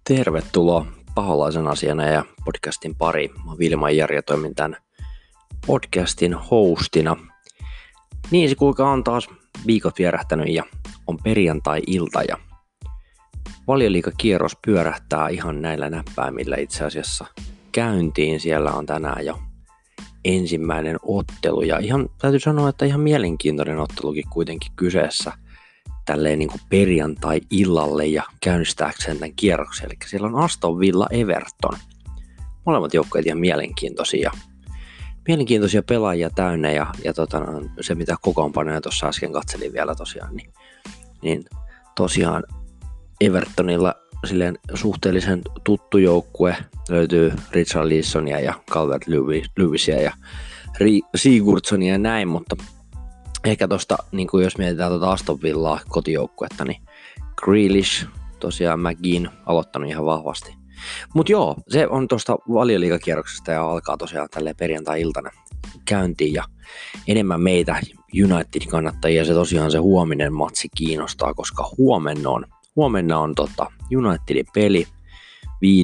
Tervetuloa Paholaisen asiana ja podcastin pariin. Mä oon Vilma Jari ja toimin tämän podcastin hostina. Niin se kuinka on taas viikot vierähtänyt ja on perjantai-ilta ja Valioliigakierros pyörähtää ihan näillä näppäimillä itse asiassa käyntiin. Siellä on tänään jo ensimmäinen ottelu ja ihan täytyy sanoa, että ihan mielenkiintoinen ottelukin kuitenkin kyseessä tälleen niin kuin perjantai-illalle ja käynnistääkseen tämän kierroksen. Eli siellä on Aston Villa Everton. Molemmat joukkueet ihan mielenkiintoisia pelaajia täynnä ja se mitä kokoonpanoja tuossa äsken katselin vielä tosiaan, niin tosiaan Evertonilla silleen suhteellisen tuttu joukkue, löytyy Richarlisonia ja Calvert-Lewisia ja Sigurdssonia ja näin, mutta ehkä tuosta, niin jos mietitään tuota Aston Villaa kotijoukkuetta, niin Grealish, tosiaan McGinn aloittanut ihan vahvasti. Mutta joo, se on tuosta Valioliigakierroksesta ja alkaa tosiaan tälleen perjantai-iltana käyntiin ja enemmän meitä United-kannattajia se tosiaan se huominen matsi kiinnostaa, koska huomenna on Unitedin peli 5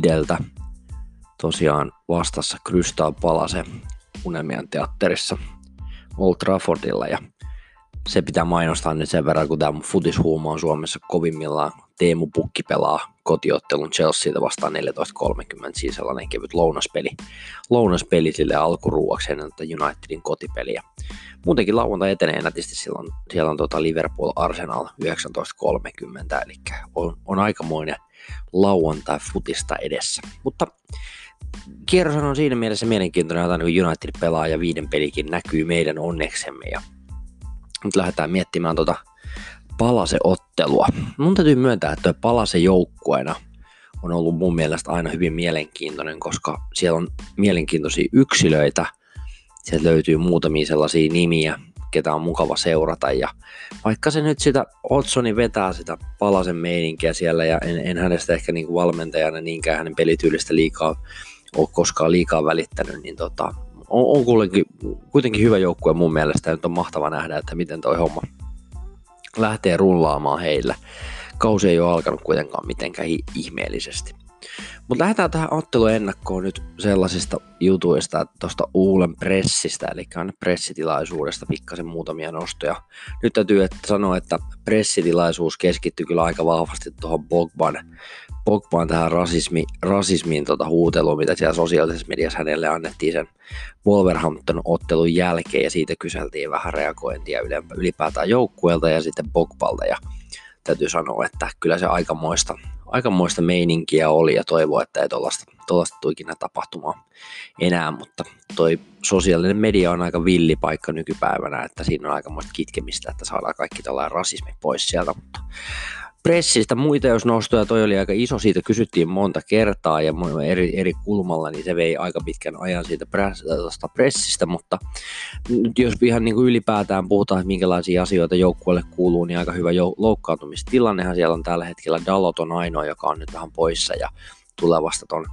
tosiaan vastassa Crystal Palace Unelmien teatterissa Old Traffordilla ja se pitää mainostaa nyt sen verran, kun tämä futishuuma on Suomessa kovimmillaan. Teemu Pukki pelaa kotiottelun Chelseatä vastaan 14.30, siis sellainen kevyt lounaspeli sille alkuruuaksi ennen Unitedin kotipeliä. Muutenkin lauantai etenee nätisti, siellä on Liverpool Arsenal 19.30, eli on aikamoinen lauantai futista edessä. Mutta kierros on siinä mielessä mielenkiintoinen, että United pelaa ja 5 pelikin näkyy meidän onneksemme. Ja nyt lähdetään miettimään Palase-ottelua. Mun täytyy myöntää, että Palase joukkueena on ollut mun mielestä aina hyvin mielenkiintoinen, koska siellä on mielenkiintoisia yksilöitä. Sieltä löytyy muutamia sellaisia nimiä, ketä on mukava seurata. Ja vaikka se nyt sitä Hodgsoni vetää sitä Palasen meininkiä siellä, ja en hänestä ehkä niin kuin valmentajana niinkään hänen pelityylistä ole koskaan liikaa välittänyt, niin on kuitenkin hyvä joukkue mun mielestä, ja nyt on mahtava nähdä, että miten toi homma lähtee rullaamaan heillä. Kausi ei ole alkanut kuitenkaan mitenkään ihmeellisesti. Mutta lähdetään tähän ottelun ennakkoon nyt sellaisista jutuista, että tuosta Uulen pressistä, eli pressitilaisuudesta pikkasen muutamia nostoja. Nyt täytyy sanoa, että pressitilaisuus keskittyi kyllä aika vahvasti tuohon Pogban tähän rasismiin huuteluun, mitä siellä sosiaalisessa mediassa hänelle annettiin sen Wolverhampton-ottelun jälkeen, ja siitä kyseltiin vähän reagointia ylipäätään joukkueelta ja sitten Pogbalta, ja täytyy sanoa, että kyllä se aikamoista meininkiä oli ja toivoo, että ei tuollaista tule ikinä tapahtumaan enää, mutta toi sosiaalinen media on aika villipaikka nykypäivänä, että siinä on aikamoista kitkemistä, että saadaan kaikki tällainen rasismi pois sieltä, mutta pressistä muita jos nostoja, toi oli aika iso, siitä kysyttiin monta kertaa ja eri kulmalla, niin se vei aika pitkän ajan siitä pressistä, mutta nyt jos ihan niin kuin ylipäätään puhutaan, että minkälaisia asioita joukkueelle kuuluu, niin aika hyvä loukkaantumistilannehan siellä on tällä hetkellä. Dalot on ainoa, joka on nyt vähän poissa ja tulee vasta ton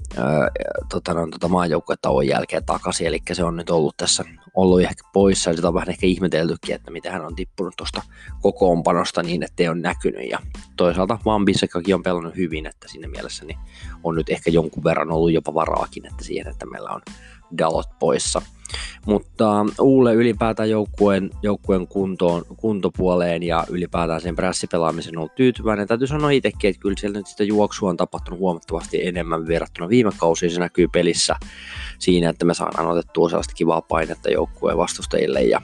maajoukkuetauon jälkeen takaisin, eli se on nyt ollut ehkä poissa, ja sitä on vähän ehkä ihmeteltykin, että miten hän on tippunut tuosta kokoonpanosta niin, ettei ole näkynyt, ja toisaalta Wan-Bissakakin on pelannut hyvin, että siinä mielessä niin on nyt ehkä jonkun verran ollut jopa varaakin, että siihen, että meillä on Dalot poissa. Mutta Uule ylipäätään joukkueen kuntopuoleen ja ylipäätään sen prässipelaamisen on ollut tyytyväinen. Täytyy sanoa itsekin, että kyllä siellä nyt sitä juoksua on tapahtunut huomattavasti enemmän verrattuna viime kausiin. Se näkyy pelissä siinä, että me saadaan otettua sellaista kivaa painetta joukkueen vastustajille ja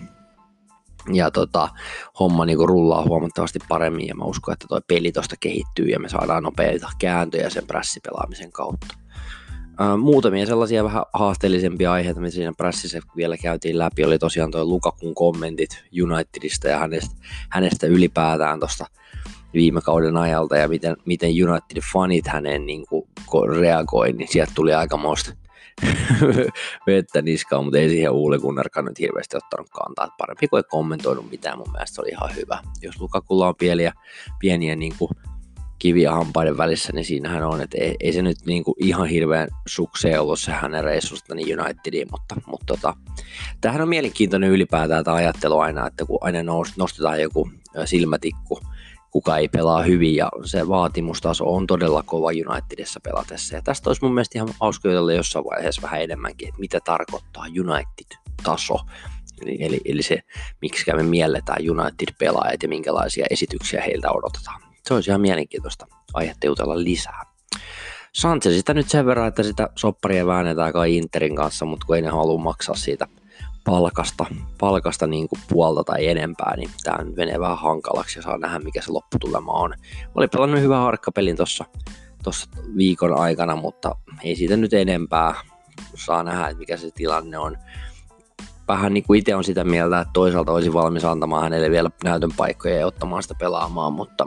homma niinku rullaa huomattavasti paremmin ja mä uskon, että toi peli tosta kehittyy ja me saadaan nopeita kääntöjä sen prässipelaamisen kautta. Muutamia sellaisia vähän haasteellisempia aiheita, mitä siinä pressissä vielä käytiin läpi, oli tosiaan tuo Lukakun kommentit Unitedista ja hänestä ylipäätään tuosta viime kauden ajalta ja miten United-fanit häneen niin reagoi, niin sieltä tuli aikamoista vettä niskaan, mutta ei siihen Ole Gunnarkaan nyt hirveästi ottanut kantaa, että parempi kuin ei kommentoinut mitään, mun mielestä se oli ihan hyvä. Jos Lukakulla on pieniä niin kuin kiviä hampaiden välissä, niin siinähän on, että ei se nyt niinku ihan hirveän sukseen ollut se hänen reissusta niin Unitediin, mutta tämähän on mielenkiintoinen ylipäätään tämä ajattelu aina, että kun aina nostetaan joku silmätikku kuka ei pelaa hyvin, ja se vaatimustaso on todella kova Unitedissa pelatessa. Ja tästä olisi mun mielestä ihan hauska jutella jossain vaiheessa vähän enemmänkin, että mitä tarkoittaa United-taso. Eli se, miksi me mielletään United-pelaajat ja minkälaisia esityksiä heiltä odotetaan. Se olisi ihan mielenkiintoista aihetta jutella lisää. Sanchezista nyt sen verran, että sitä sopparia väännetään kai Interin kanssa, mutta kun ei ne halua maksaa siitä palkasta niin kuin puolta tai enempää, niin tämä menee vähän hankalaksi ja saa nähdä, mikä se lopputulema on. Oli pelannut hyvän harkkapelin tuossa viikon aikana, mutta ei siitä nyt enempää. Saa nähdä, että mikä se tilanne on. Vähän niin kuin itse on sitä mieltä, että toisaalta olisi valmis antamaan hänelle vielä näytön paikkoja ja ottamaan sitä pelaamaan, mutta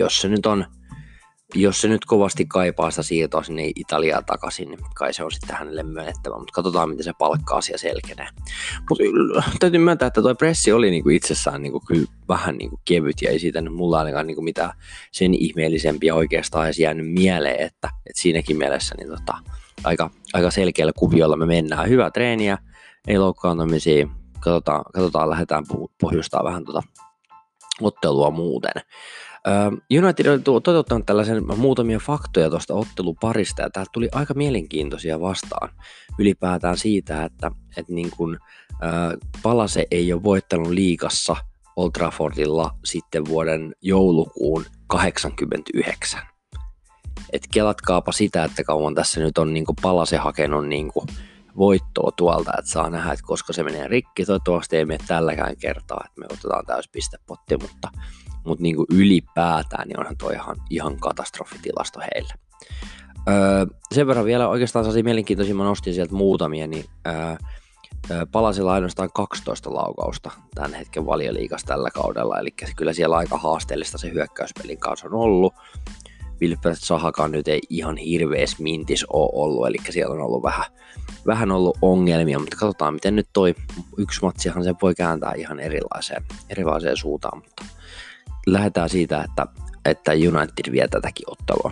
jos se nyt kovasti kaipaa sitä siirtoa sinne Italiaan takaisin, niin kai se on sitten hänelle myönnettävä, mutta katsotaan, miten se palkka-asia selkenee. Mutta täytyy myöntää, että tuo pressi oli niinku itsessään niinku kyllä vähän niinku kevyt, ja ei siitä nyt mulla ainakaan niinku mitään sen ihmeellisempiä oikeastaan edes jäänyt mieleen, että siinäkin mielessä niin aika selkeällä kuviolla me mennään. Hyvää treeniä, ei loukkaantumisia, katsotaan lähdetään pohjustaa vähän ottelua muuten. United oli toteuttanut tällaisen muutamia faktoja tuosta otteluparista, ja täältä tuli aika mielenkiintoisia vastaan ylipäätään siitä, että niin kun, Palace ei ole voittanut liigassa Old Traffordilla sitten vuoden joulukuun 89. Et kelatkaapa sitä, että kauan tässä nyt on niin kun Palace hakenut niin kun voittoa tuolta, että saa nähdä, että koska se menee rikki. Toivottavasti ei mene tälläkään kertaa, että me otetaan täyspistepotti, mutta niin kuin ylipäätään niin onhan tuo ihan katastrofitilasto heille. Sen verran vielä oikeastaan sellaisia mielenkiintoisia, mä nostin sieltä muutamia, niin Palasilla ainoastaan 12 laukausta tämän hetken Valioliigassa tällä kaudella, eli kyllä siellä aika haasteellista se hyökkäyspelin kanssa on ollut. Wilfred Zahakaan nyt ei ihan hirveäs mintis ole ollut, eli siellä on ollut vähän ollut ongelmia, mutta katsotaan miten nyt toi yksi matsihan se voi kääntää ihan erilaiseen suuntaan, mutta lähdetään siitä, että United vie tätäkin ottelua.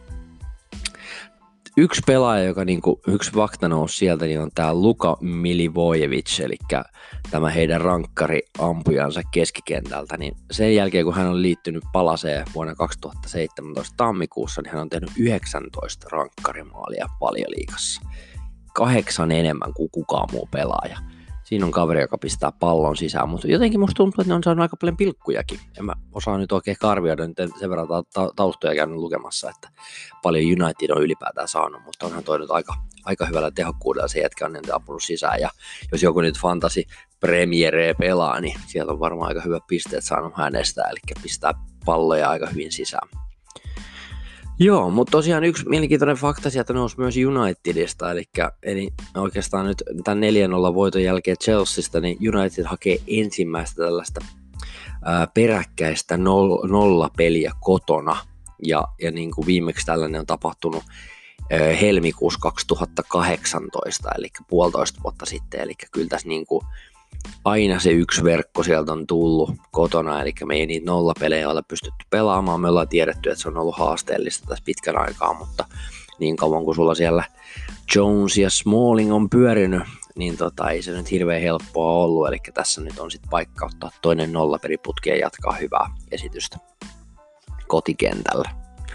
Yksi pelaaja, joka yksi fakta nousi sieltä, niin on tämä Luka Milivojevic, eli tämä heidän rankkariampujansa keskikentältä. Niin sen jälkeen, kun hän on liittynyt Palaseen vuonna 2017 tammikuussa, niin hän on tehnyt 19 rankkarimaalia Valioliigassa. 8 enemmän kuin kukaan muu pelaaja. Siinä on kaveri, joka pistää pallon sisään, mutta jotenkin musta tuntuu, että ne on saanut aika paljon pilkkujakin. En mä osaa nyt oikein arvioida, nyt sen verran taustoja käynyt lukemassa, että paljon United on ylipäätään saanut, mutta onhan toi nyt aika hyvällä tehokkuudella se jätkä on niitä ampunut sisään, ja jos joku nyt Fantasy Premiere pelaa, niin sieltä on varmaan aika hyvät pisteet saanut hänestä, eli pistää palloja aika hyvin sisään. Joo, mutta tosiaan yksi mielenkiintoinen fakta sieltä nousi myös Unitedista, eli oikeastaan nyt tämän 4-0 voiton jälkeen Chelseasta, niin United hakee ensimmäistä tällaista peräkkäistä nollapeliä kotona, ja niin kuin viimeksi tällainen on tapahtunut helmikuussa 2018, eli 1,5 vuotta sitten, eli kyllä tässä niin kuin aina se yksi verkko sieltä on tullut kotona, eli me ei niitä nollapelejä ole pystytty pelaamaan. Me ollaan tiedetty, että se on ollut haasteellista tässä pitkän aikaa, mutta niin kauan kuin sulla siellä Jones ja Smalling on pyörinyt, niin ei se nyt hirveän helppoa ollut, eli tässä nyt on sitten paikka ottaa toinen nollapeliputki ja jatkaa hyvää esitystä kotikentällä.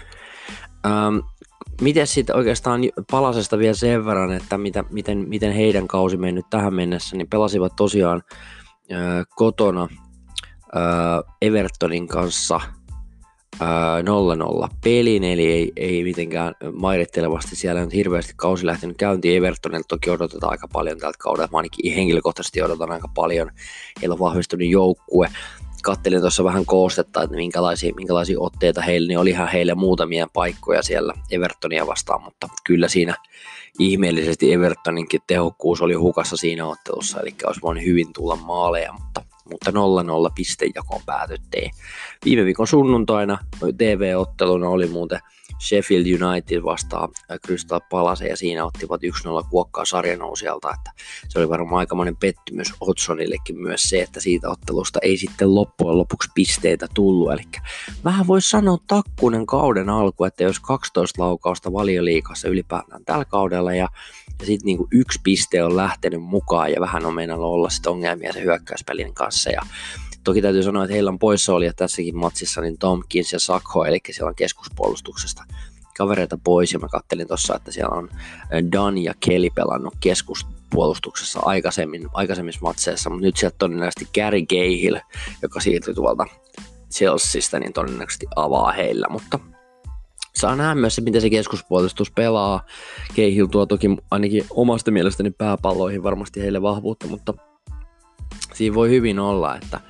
Miten sitten oikeastaan Palasesta vielä sen verran, että miten heidän kausi mennyt tähän mennessä, niin pelasivat tosiaan kotona Evertonin kanssa 0-0 pelin, eli ei mitenkään mairittelevasti siellä on hirveästi kausi lähtenyt käyntiin. Evertonilta toki odotetaan aika paljon tältä kaudelta, mä ainakin henkilökohtaisesti odotan aika paljon. Heillä on vahvistunut joukkue. Kattelin tuossa vähän koostetta, että minkälaisia otteita heillä, niin olihan heille muutamia paikkoja siellä Evertonia vastaan, mutta kyllä siinä ihmeellisesti Evertoninkin tehokkuus oli hukassa siinä ottelussa, eli olisi voinut hyvin tulla maaleja, mutta 0-0 pistejakoon päätyttiin. Viime viikon sunnuntaina TV-otteluna oli muuten Sheffield United vastaan Crystal Palace, ja siinä ottivat 1-0 kuokkaa sarjanousijalta, että se oli varmaan aikamoinen pettymys Hodgsonillekin myös se, että siitä ottelusta ei sitten loppujen lopuksi pisteitä tullut, eli vähän voisi sanoa takkunen kauden alku, että jos 12 laukausta Valioliigassa ylipäätään tällä kaudella, ja sitten niinku 1 piste on lähtenyt mukaan, ja vähän on meinannut olla sitten ongelmia se hyökkäyspelin kanssa, ja Toki täytyy sanoa, että heillä on poissaolijat tässäkin matsissa, niin Tompkins ja Sakho, eli siellä on keskuspuolustuksesta kavereita pois, ja mä kattelin tuossa, että siellä on Dunn ja Kelly pelannut keskuspuolustuksessa aikaisemmissa matseissa, mutta nyt sieltä todennäköisesti Gary Cahill, joka siirtyi tuolta Chelseasta, niin todennäköisesti avaa heillä, mutta saa nähdä myös se, miten se keskuspuolustus pelaa. Cahill tuo toki ainakin omasta mielestäni pääpalloihin varmasti heille vahvuutta, mutta siinä voi hyvin olla, että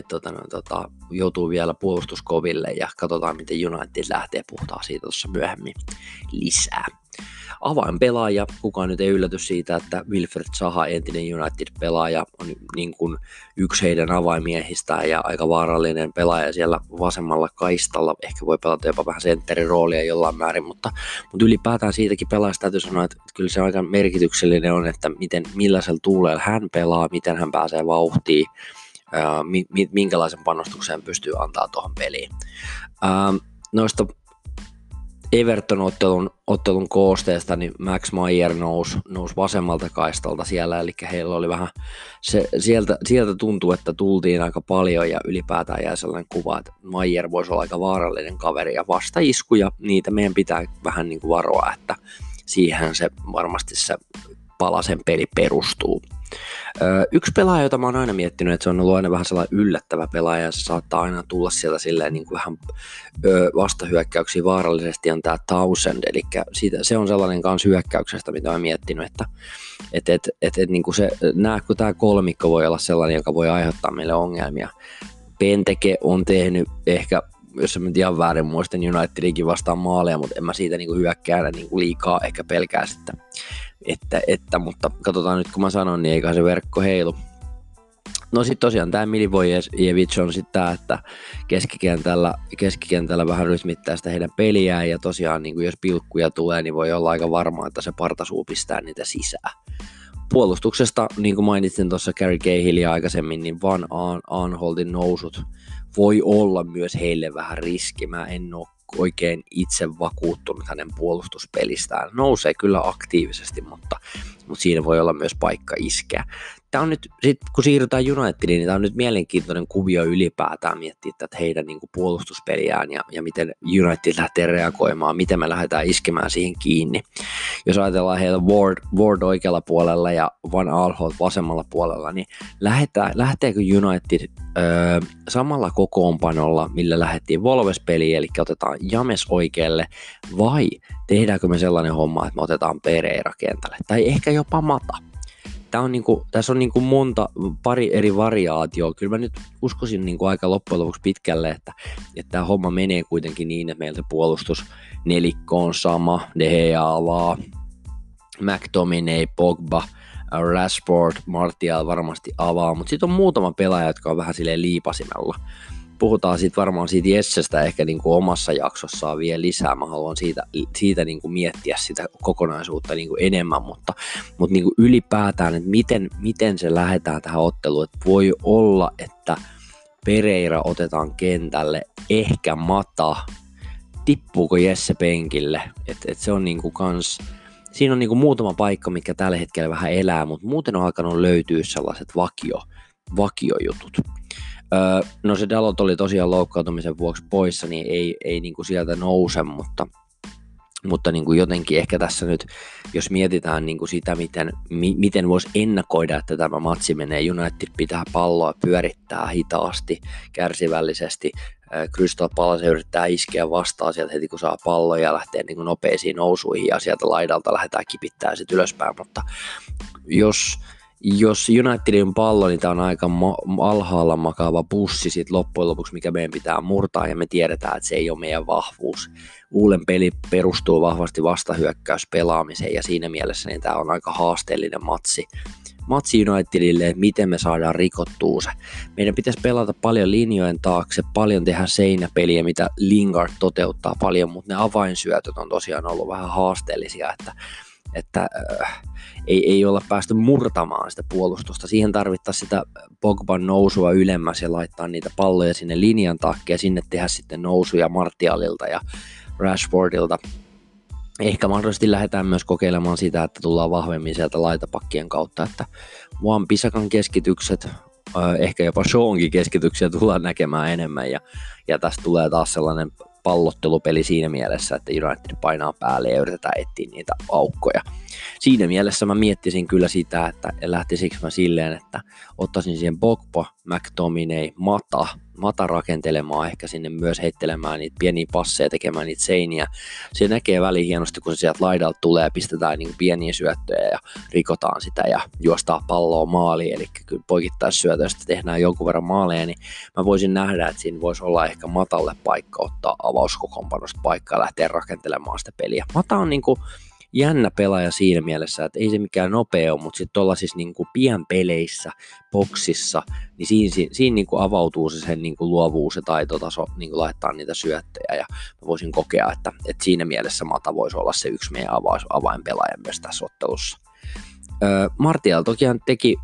joutuu vielä puolustuskoville ja katsotaan, miten United lähtee, puhutaan siitä tuossa myöhemmin lisää. Avainpelaaja, kukaan nyt ei ylläty siitä, että Wilfred Zaha, entinen United-pelaaja, on niin kuin yksi heidän avaimiehistään ja aika vaarallinen pelaaja siellä vasemmalla kaistalla. Ehkä voi pelata jopa vähän sentterin roolia jollain määrin, mutta ylipäätään siitäkin pelaajasta täytyy sanoa, että kyllä se aika merkityksellinen on, että millaisella tuulella hän pelaa, miten hän pääsee vauhtiin, minkälaisen panostuksen pystyy antaa tuohon peliin. Noista Everton-ottelun koosteesta, niin Max Meyer nousi vasemmalta kaistalta siellä, eli heillä oli vähän, sieltä tuntuu, että tultiin aika paljon ja ylipäätään jäi sellainen kuva, että Meyer voisi olla aika vaarallinen kaveri ja vastaiskuja, niitä meidän pitää vähän niin kuin varoa, että siihen se varmasti se Palasen peli perustuu. Yksi pelaaja, jota mä oon aina miettinyt, että se on ollut aina vähän sellainen yllättävä pelaaja ja se saattaa aina tulla sieltä silleen niin kuin vähän vastahyökkäyksiä vaarallisesti, on tää Townsend, eli se on sellainen kanssa hyökkäyksestä, mitä mä oon miettinyt, että niin kuin kun tää kolmikko voi olla sellainen, joka voi aiheuttaa meille ongelmia. Benteke on tehnyt ehkä, jos mä ihan väärin muistan, Unitedinkin vastaan maaleja, mutta en mä siitä niin kuin hyökkäällä niin kuin liikaa ehkä pelkää sitten. Mutta katsotaan nyt, kun mä sanon, niin eikä se verkko heilu. No sit tosiaan tää Milivojevic on sit tää, että keskikentällä vähän rytmittää sitä heidän peliään, ja tosiaan niin jos pilkkuja tulee, niin voi olla aika varma, että se partasuu pistää niitä sisään. Puolustuksesta, niin kuin mainitsin tuossa Gary Cahillia aikaisemmin, niin Van Aanholtin nousut voi olla myös heille vähän riski. Mä en ole oikein itse vakuuttunut hänen puolustuspelistään. Nousee kyllä aktiivisesti, mutta siinä voi olla myös paikka iskeä. Tämä on nyt, kun siirrytään Unitediin, niin tämä on nyt mielenkiintoinen kuvio ylipäätään miettiä tätä heidän niin kuin puolustuspeliään ja miten United lähtee reagoimaan, miten me lähdetään iskemään siihen kiinni. Jos ajatellaan heillä Ward oikealla puolella ja Van Aanholt vasemmalla puolella, niin lähteekö United samalla kokoonpanolla, millä lähdettiin Wolves-peliin, eli otetaan James oikealle, vai tehdäänkö me sellainen homma, että me otetaan Pereira kentälle, tai ehkä jopa Mata. Tässä on pari eri variaatioa. Kyllä mä nyt uskoisin aika loppujen lopuksi pitkälle, että tämä homma menee kuitenkin niin, että meiltä puolustusnelikko on sama, De Gea avaa, McTominay, Pogba, Rashford, Martial varmasti avaa, mutta sitten on muutama pelaaja, jotka on vähän silleen liipasimella. Puhutaan varmaan siitä Jessestä ehkä omassa jaksossaan vielä lisää. Mä haluan siitä miettiä sitä kokonaisuutta enemmän, mutta ylipäätään, että miten se lähdetään tähän otteluun. Että voi olla, että Pereira otetaan kentälle, ehkä Mata, tippuuko Jesse penkille. Se on kans, siinä on muutama paikka, mikä tällä hetkellä vähän elää, mutta muuten on alkanut löytyä sellaiset vakiojutut. No se Dalot oli tosiaan loukkaantumisen vuoksi poissa, niin ei sieltä nouse, mutta jotenkin ehkä tässä nyt, jos mietitään sitä, miten voisi ennakoida, että tämä matsi menee, United pitää palloa pyörittää hitaasti, kärsivällisesti, Crystal Palace yrittää iskeä vastaan sieltä heti kun saa palloa ja lähtee nopeisiin nousuihin ja sieltä laidalta lähdetään kipittämään sitten ylöspäin, mutta jos Unitedin pallo, niin tämä on aika alhaalla makaava bussi sit loppujen lopuksi, mikä meidän pitää murtaa, ja me tiedetään, että se ei ole meidän vahvuus. Uulen peli perustuu vahvasti vastahyökkäyspelaamiseen, ja siinä mielessä niin tämä on aika haasteellinen matsi Unitedille, että miten me saadaan rikottua se. Meidän pitäisi pelata paljon linjojen taakse, paljon tehdä seinäpeliä, mitä Lingard toteuttaa paljon, mutta ne avainsyötöt on tosiaan ollut vähän haasteellisia, että ei olla päästy murtamaan sitä puolustusta. Siihen tarvittaisiin sitä Pogban nousua ylemmäs ja laittaa niitä palloja sinne linjan taakse ja sinne tehdä sitten nousuja Martialilta ja Rashfordilta. Ehkä mahdollisesti lähdetään myös kokeilemaan sitä, että tullaan vahvemmin sieltä laitapakkien kautta, että Wan-Bissakan keskitykset ehkä jopa Seankin keskityksiä tullaan näkemään enemmän, ja tästä tulee taas sellainen pallottelupeli siinä mielessä, että United painaa päälle ja yritetään etsiä niitä aukkoja. Siinä mielessä mä miettisin kyllä sitä, että lähtisikö mä silleen, että ottaisin siihen Pogba, McTominay, Mata rakentelemaan, ehkä sinne myös heittelemään niitä pieniä passeja, tekemään niitä seiniä. Se näkee väliin hienosti, kun se sieltä laidalta tulee, pistetään niin pieniä syöttöjä ja rikotaan sitä ja juostaa palloa maaliin, eli kyllä poikittaisyötöistä tehdään jonkun verran maaleja, niin mä voisin nähdä, että siinä voisi olla ehkä Matalle paikka ottaa avauskokoonpanosta paikkaa ja lähteä rakentelemaan sitä peliä. Mata on niinku jännä pelaaja siinä mielessä, että ei se mikään nopea ole, mutta sitten tuollaisissa niinku pienpeleissä, boksissa, niin siinä niinku avautuu se sen niinku luovuus ja taitotaso niinku laittaa niitä syöttejä, ja mä voisin kokea, että siinä mielessä Mata voisi olla se yksi meidän avainpelaaja myös tässä ottelussa. Martial tokihan teki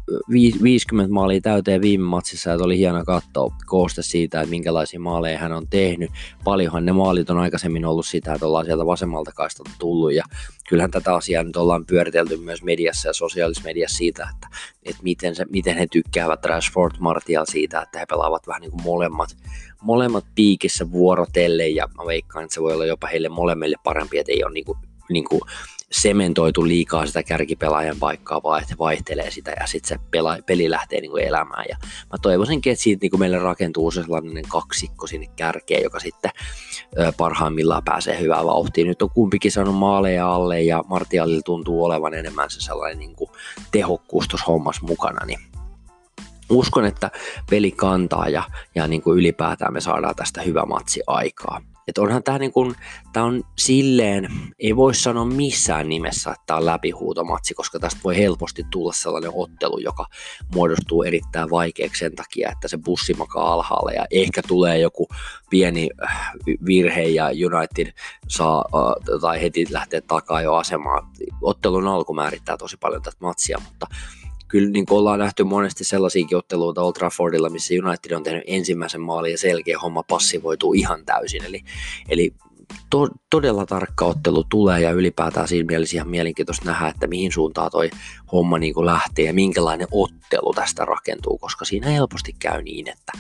50 maalia täyteen viime matsissa, että oli hieno katsoa kooste siitä, että minkälaisia maaleja hän on tehnyt. Paljonhan ne maalit on aikaisemmin ollut sitä, että ollaan sieltä vasemmalta kaistalta tullut, ja kyllähän tätä asiaa nyt ollaan pyöritelty myös mediassa ja sosiaalisessa mediassa siitä, että miten he tykkäävät Rashford, Martial siitä, että he pelaavat vähän niin kuin molemmat piikissä vuorotellen, ja mä veikkaan, että se voi olla jopa heille molemmille parempi, että ei ole niin kuin sementoitu liikaa sitä kärkipelaajan paikkaa, vaan että vaihtelee sitä ja sitten se peli lähtee niin kuin elämään. Ja mä toivoisinkin, että siitä niin kuin meille rakentuu se sellainen kaksikko sinne kärkeen, joka sitten parhaimmillaan pääsee hyvään vauhtiin. Nyt on kumpikin saanut maaleja alle ja Martialilla tuntuu olevan enemmän se sellainen niin kuin tehokkuus tuossa hommassa mukana, niin uskon, että peli kantaa ja niin kuin ylipäätään me saadaan tästä hyvä matsi aikaa. Että onhan tämä on silleen, ei voi sanoa missään nimessä, että tämä on läpihuutomatsi, koska tästä voi helposti tulla sellainen ottelu, joka muodostuu erittäin vaikeaksi sen takia, että se bussi makaa alhaalla ja ehkä tulee joku pieni virhe ja United saa tai heti lähtee takaa jo asemaan. Ottelun alku määrittää tosi paljon tätä matsia, mutta kyllä niin ollaan nähty monesti sellaisiakin otteluita Old Traffordilla, missä United on tehnyt ensimmäisen maalin ja selkeä homma passivoituu ihan täysin. Eli todella tarkka ottelu tulee ja ylipäätään siinä mielessä ihan mielenkiintoista nähdä, että mihin suuntaan toi homma niin kuin lähtee ja minkälainen ottelu tästä rakentuu, koska siinä helposti käy niin, että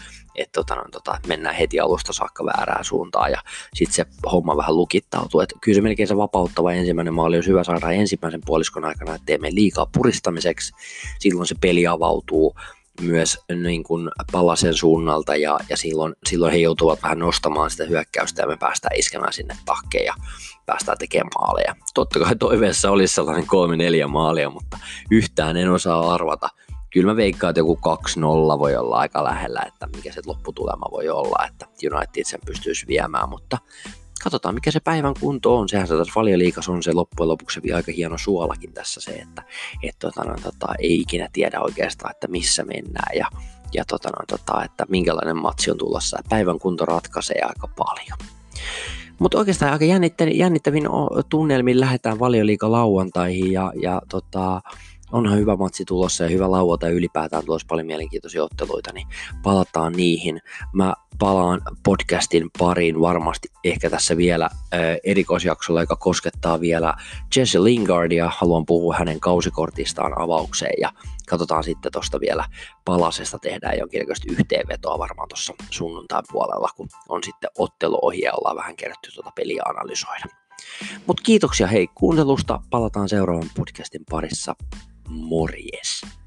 mennään heti alusta saakka väärään suuntaan ja sitten se homma vähän lukittautuu. Et kyllä se melkein se vapauttava ensimmäinen maali olisi hyvä saada ensimmäisen puoliskon aikana, ettei mene liikaa puristamiseksi. Silloin se peli avautuu myös niin kuin Palasen suunnalta ja silloin he joutuvat vähän nostamaan sitä hyökkäystä ja me päästään iskemään sinne takkeen ja päästään tekemään maaleja. Totta kai toiveessa olisi sellainen 3-4 maalia, mutta yhtään en osaa arvata. Kyllä mä veikkaan, että joku 2-0 voi olla aika lähellä, että mikä se lopputulema voi olla, että United sen pystyisi viemään, mutta katsotaan mikä se päivän kunto on. Sehän se tässä Valioliigassa on se loppujen lopuksi aika hieno suolakin tässä se, että ei ikinä tiedä oikeastaan, että missä mennään ja että minkälainen matsi on tulossa. Päivän kunto ratkaisee aika paljon. Mutta oikeastaan aika jännittävin tunnelmin lähdetään Valioliigan lauantaihin ja onhan hyvä matsi tulossa ja hyvä lauantai ylipäätään tulossa paljon mielenkiintoisia otteluita, niin palataan niihin. Mä palaan podcastin pariin varmasti ehkä tässä vielä erikoisjaksolla, joka koskettaa vielä Jesse Lingardia. Haluan puhua hänen kausikortistaan avaukseen ja katsotaan sitten tuosta vielä Palasesta, tehdään jonkinlaista yhteenvetoa varmaan tuossa sunnuntain puolella, kun on sitten ottelu ohi ja ollaan vähän kerätty tuota peliä analysoida. Mutta kiitoksia hei kuuntelusta, palataan seuraavan podcastin parissa. Morjes!